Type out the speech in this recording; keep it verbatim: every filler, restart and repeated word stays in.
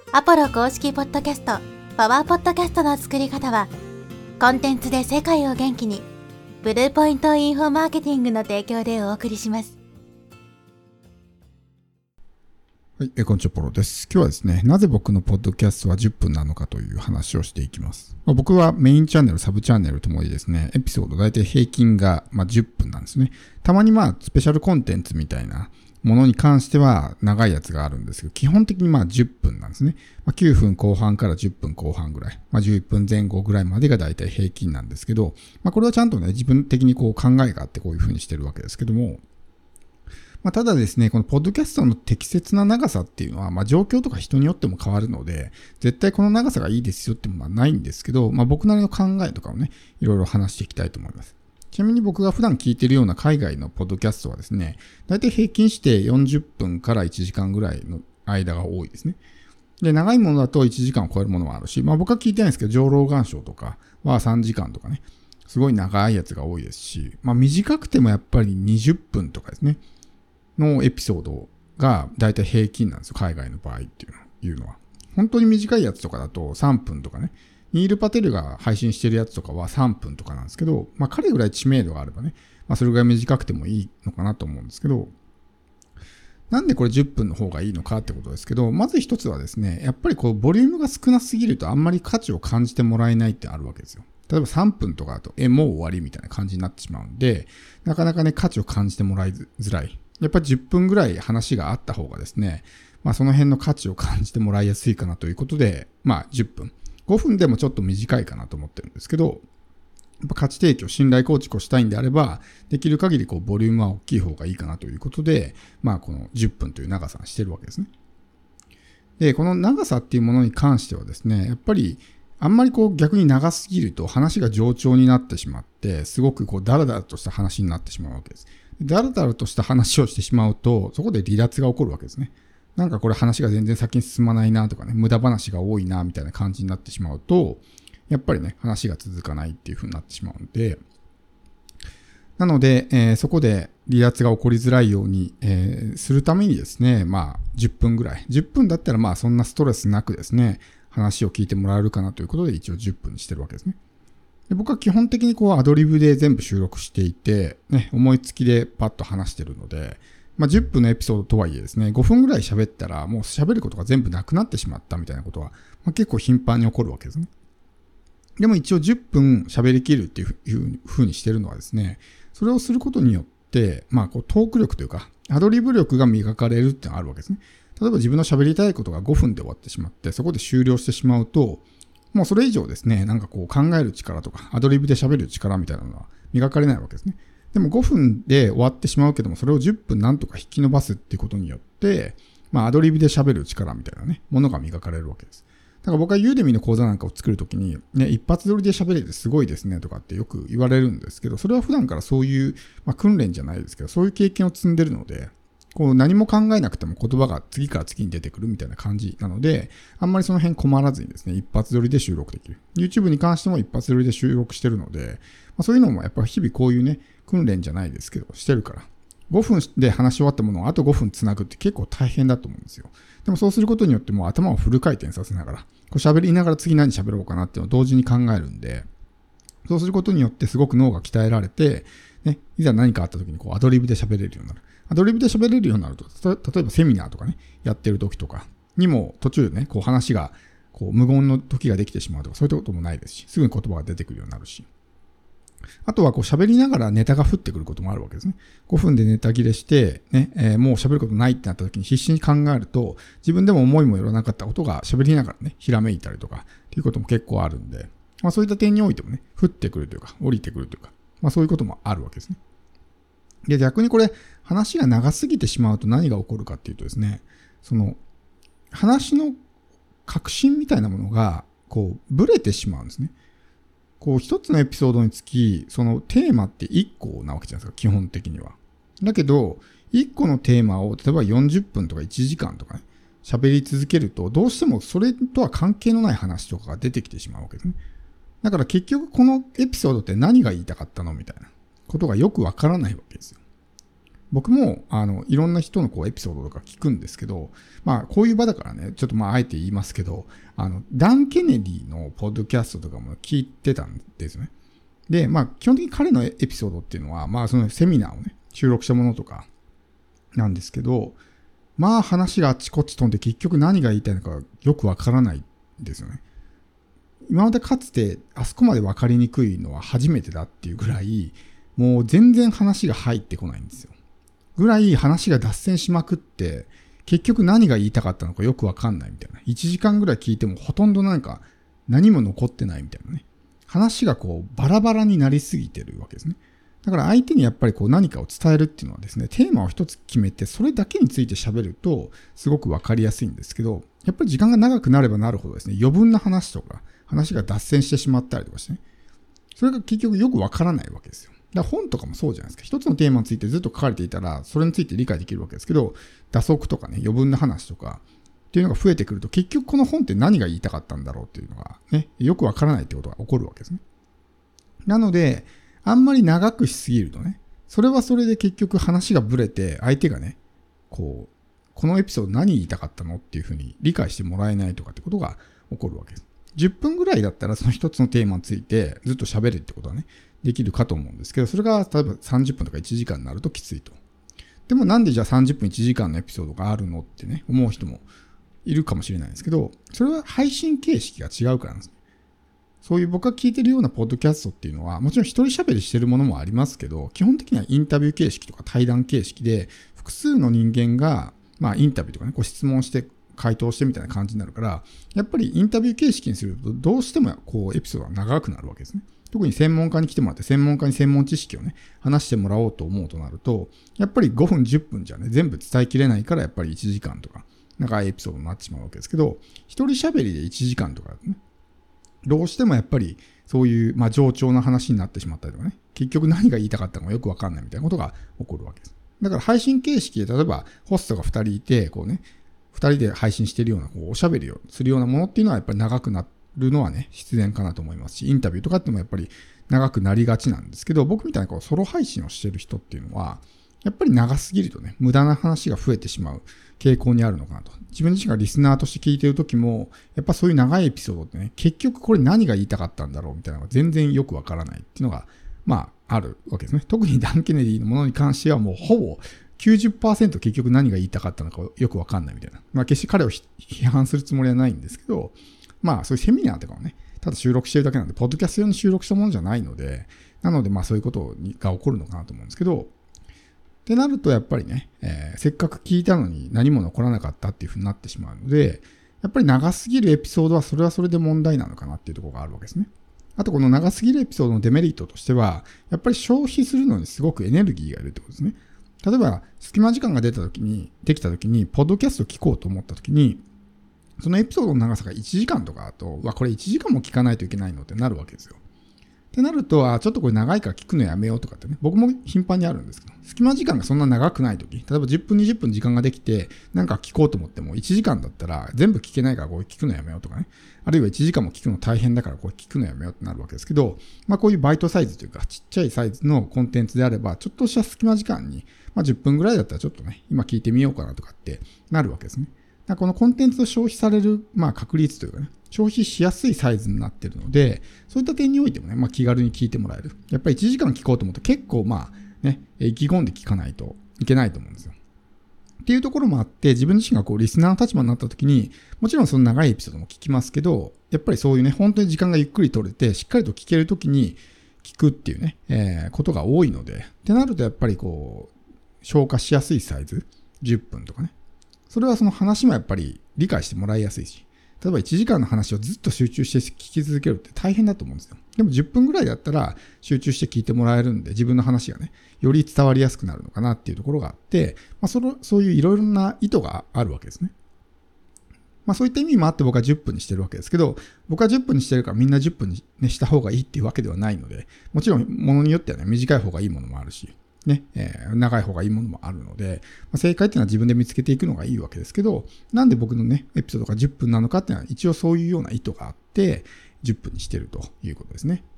アポロ公式ポッドキャスト、パワーポッドキャストの作り方は、コンテンツで世界を元気に、ブルーポイントインフォマーケティングの提供でお送りします。 はい、えこんにちは、ポロです。今日はですね、なぜ僕のポッドキャストはじゅっぷんなのかという話をしていきます。まあ、僕はメインチャンネル、サブチャンネルともにですね、エピソード大体平均がまあじゅっぷんなんですね。たまにまあスペシャルコンテンツみたいなものに関しては長いやつがあるんですけど、基本的にまあじゅっぷんなんですね。まあ、きゅうふんこう半からじゅっぷんこう半ぐらい、まあ、じゅっぷんぜん後ぐらいまでが大体平均なんですけど、まあ、これはちゃんとね、自分的にこう考えがあってこういうふうにしてるわけですけども、まあ、ただですね、このポッドキャストの適切な長さっていうのは、まあ、状況とか人によっても変わるので、絶対この長さがいいですよっていうのはないんですけど、まあ、僕なりの考えとかをね、いろいろ話していきたいと思います。ちなみに僕が普段聞いているような海外のポッドキャストはですね、だいたい平均してよんじゅっぷんからいちじかんぐらいの間が多いですね。で、長いものだといちじかんを超えるものもあるし、まあ僕は聞いてないんですけど、上老眼賞とかはさんじかんとかね、すごい長いやつが多いですし、まあ短くてもやっぱりにじゅっぷんとかですね、のエピソードがだいたい平均なんですよ、海外の場合っていうのは。本当に短いやつとかだとさんぷんとかね、ニール・パテルが配信してるやつとかはさんぷんとかなんですけど、まあ彼ぐらい知名度があればね、まあそれぐらい短くてもいいのかなと思うんですけど、なんでこれじゅっぷんの方がいいのかってことですけど、まず一つはですね、やっぱりこうボリュームが少なすぎるとあんまり価値を感じてもらえないってあるわけですよ。例えばさんぷんとかだと、え、もう終わりみたいな感じになってしまうんで、なかなかね、価値を感じてもらいづらい。やっぱりじゅっぷんぐらい話があった方がですね、まあその辺の価値を感じてもらいやすいかなということで、まあじゅっぷん。ごふんでもちょっと短いかなと思ってるんですけど、やっぱ価値提供、信頼構築をしたいんであれば、できる限りこうボリュームは大きい方がいいかなということで、まあこのじゅっぷんという長さにしてるわけですね。で、この長さっていうものに関してはですね、やっぱりあんまりこう逆に長すぎると話が冗長になってしまって、すごくこうダラダラとした話になってしまうわけです。ダラダラとした話をしてしまうと、そこで離脱が起こるわけですね。なんかこれ話が全然先に進まないなとかね、無駄話が多いなみたいな感じになってしまうと、やっぱりね、話が続かないっていう風になってしまうので、なので、えー、そこで離脱が起こりづらいように、えー、するためにですね、まあ、じゅっぷんぐらい。じゅっぷんだったらまあ、そんなストレスなくですね、話を聞いてもらえるかなということで、一応じゅっぷんにしてるわけですね。で僕は基本的にこう、アドリブで全部収録していて、ね、思いつきでパッと話してるので、まあ、じゅっぷんのエピソードとはいえですね、ごふんぐらい喋ったら、もう喋ることが全部なくなってしまったみたいなことは、まあ、結構頻繁に起こるわけですね。でも一応じゅっぷん喋りきるっていう風にしてるのはですね、それをすることによって、まあこうトーク力というか、アドリブ力が磨かれるってのがあるわけですね。例えば自分の喋りたいことがごふんで終わってしまって、そこで終了してしまうと、もうそれ以上ですね、なんかこう考える力とか、アドリブで喋る力みたいなのは磨かれないわけですね。でもごふんで終わってしまうけども、それをじゅっぷんなんとか引き伸ばすっていうことによって、まあアドリブで喋る力みたいなね、ものが磨かれるわけです。だから僕はユーデミの講座なんかを作るときに、ね、一発撮りで喋れてすごいですねとかってよく言われるんですけど、それは普段からそういう、まあ、訓練じゃないですけど、そういう経験を積んでるので、こう何も考えなくても言葉が次から次に出てくるみたいな感じなので、あんまりその辺困らずにですね、一発撮りで収録できる。YouTube に関しても一発撮りで収録してるので、まあ、そういうのもやっぱ日々こういうね、訓練じゃないですけど、してるから。ごふんで話し終わったものをあとごふんつなぐって結構大変だと思うんですよ。でもそうすることによってもう頭をフル回転させながら、こう喋りながら次何喋ろうかなっていうのを同時に考えるんで、そうすることによってすごく脳が鍛えられて、ね、いざ何かあった時にこうアドリブで喋れるようになる。アドリブで喋れるようになると、例えばセミナーとかね、やってる時とかにも途中でね、こう話がこう無言の時ができてしまうとか、そういったこともないですし、すぐに言葉が出てくるようになるし。あとはこう喋りながらネタが降ってくることもあるわけですね。ごふんでネタ切れして、ね、えー、もう喋ることないってなった時に必死に考えると、自分でも思いもよらなかったことが喋りながらね、ひらめいたりとか、っていうことも結構あるんで、まあそういった点においてもね、降ってくるというか、降りてくるというか、まあそういうこともあるわけですね。で、逆にこれ、話が長すぎてしまうと何が起こるかっていうとですね、その、話の核心みたいなものが、こう、ブレてしまうんですね。こう一つのエピソードにつき、そのテーマって一個なわけじゃないですか、基本的には。だけど、一個のテーマを、例えばよんじゅっぷんとかいちじかんとかね、喋り続けると、どうしてもそれとは関係のない話とかが出てきてしまうわけですね。だから結局このエピソードって何が言いたかったのみたいなことがよくわからないわけですよ。 僕も、あの、いろんな人のこうエピソードとか聞くんですけど、まあ、こういう場だからね、ちょっとまあ、あえて言いますけど、あの、ダン・ケネディのポッドキャストとかも聞いてたんですよね。で、まあ、基本的に彼のエピソードっていうのは、まあ、そのセミナーをね、収録したものとかなんですけど、まあ、話があっちこっち飛んで結局何が言いたいのかよくわからないんですよね。今までかつてあそこまでわかりにくいのは初めてだっていうぐらい、もう全然話が入ってこないんですよ。ぐらい話が脱線しまくって、結局何が言いたかったのかよくわかんないみたいな。いちじかんぐらい聞いてもほとんどなんか何も残ってないみたいなね。話がこうバラバラになりすぎてるわけですね。だから相手にやっぱりこう何かを伝えるっていうのはですね、テーマを一つ決めてそれだけについて喋るとすごくわかりやすいんですけど、やっぱり時間が長くなればなるほどですね、余分な話とか話が脱線してしまったりとかしてね、それが結局よくわからないわけですよ。だから本とかもそうじゃないですか。一つのテーマについてずっと書かれていたら、それについて理解できるわけですけど、打足とかね、余分な話とかっていうのが増えてくると、結局この本って何が言いたかったんだろうっていうのがね、よくわからないってことが起こるわけですね。なので、あんまり長くしすぎるとね、それはそれで結局話がブレて、相手がね、こう、このエピソード何言いたかったのっていうふうに理解してもらえないとかってことが起こるわけです。じゅっぷんぐらいだったらその一つのテーマについてずっと喋るってことはね、できるかと思うんですけど、それが例えばさんじゅっぷんとかいちじかんになるときついと。でもなんでじゃあさんじゅっぷんいちじかんのエピソードがあるのってね、思う人もいるかもしれないんですけど、それは配信形式が違うからなんですね。そういう僕が聞いてるようなポッドキャストっていうのは、もちろん一人喋りしてるものもありますけど、基本的にはインタビュー形式とか対談形式で、複数の人間が、まあインタビューとかね、こう質問して回答してみたいな感じになるから、やっぱりインタビュー形式にすると、どうしてもこうエピソードが長くなるわけですね。特に専門家に来てもらって、専門家に専門知識をね、話してもらおうと思うとなると、やっぱりごふん、じゅっぷんじゃね、全部伝えきれないから、やっぱりいちじかんとか、長いエピソードになってしまうわけですけど、一人喋りでいちじかんとかだとね、どうしてもやっぱり、そういう、まあ、冗長な話になってしまったりとかね、結局何が言いたかったのかよくわかんないみたいなことが起こるわけです。だから配信形式で、例えば、ホストがふたりいて、こうね、ふたりで配信しているような、こう、おしゃべりをするようなものっていうのは、やっぱり長くなるのはね、必然かなと思いますし、インタビューとかってもやっぱり長くなりがちなんですけど、僕みたいなこうソロ配信をしてる人っていうのは、やっぱり長すぎるとね、無駄な話が増えてしまう傾向にあるのかなと。自分自身がリスナーとして聞いてるときも、やっぱそういう長いエピソードってね、結局これ何が言いたかったんだろうみたいなのが全然よくわからないっていうのが、まあ、あるわけですね。特にダン・ケネディのものに関してはもうほぼ きゅうじゅっパーセント 結局何が言いたかったのかよくわかんないみたいな。まあ決して彼を批判するつもりはないんですけど、まあそういうセミナーとかをね、ただ収録してるだけなんで、ポッドキャスト用に収録したものじゃないので、なのでまあそういうことが起こるのかなと思うんですけど、ってなるとやっぱりね、えー、せっかく聞いたのに何も残らなかったっていうふうになってしまうので、やっぱり長すぎるエピソードはそれはそれで問題なのかなっていうところがあるわけですね。あとこの長すぎるエピソードのデメリットとしては、やっぱり消費するのにすごくエネルギーがいるってことですね。例えば、隙間時間が出た時に、できた時に、ポッドキャストを聞こうと思った時に、そのエピソードの長さがいちじかんとかだと、わ、これいちじかんも聞かないといけないのってなるわけですよ。ってなると、あ、ちょっとこれ長いから聞くのやめようとかってね、僕も頻繁にあるんですけど、隙間時間がそんな長くない時、例えばじゅっぷん、にじゅっぷん時間ができて、なんか聞こうと思ってもいちじかんだったら全部聞けないからこれ聞くのやめようとかね、あるいはいちじかんも聞くの大変だからこれ聞くのやめようってなるわけですけど、まあこういうバイトサイズというかちっちゃいサイズのコンテンツであれば、ちょっとした隙間時間に、まあじゅっぷんぐらいだったらちょっとね、今聞いてみようかなとかってなるわけですね。だからこのコンテンツを消費される、まあ確率というかね、消費しやすいサイズになっているので、そういった点においてもね、まあ気軽に聞いてもらえる。やっぱりいちじかん聞こうと思うと結構まあね、意気込んで聞かないといけないと思うんですよ。っていうところもあって、自分自身がこうリスナーの立場になった時に、もちろんその長いエピソードも聞きますけど、やっぱりそういうね、本当に時間がゆっくり取れて、しっかりと聞ける時に聞くっていうね、えー、ことが多いので、ってなるとやっぱりこう、消化しやすいサイズ、じゅっぷんとかね。それはその話もやっぱり理解してもらいやすいし、例えばいちじかんの話をずっと集中して聞き続けるって大変だと思うんですよ。でもじゅっぷんぐらいだったら集中して聞いてもらえるんで、自分の話がね、より伝わりやすくなるのかなっていうところがあって、まあ、そのそういういろいろな意図があるわけですね。まあそういった意味もあって僕はじゅっぷんにしてるわけですけど、僕はじゅっぷんにしてるからみんなじゅっぷんに、ね、した方がいいっていうわけではないので、もちろんものによってはね、短い方がいいものもあるし、ね、えー、長い方がいいものもあるので、まあ、正解っていうのは自分で見つけていくのがいいわけですけど、なんで僕のね、エピソードがじゅっぷんなのかっていうのは一応そういうような意図があって、じゅっぷんにしてるということですね。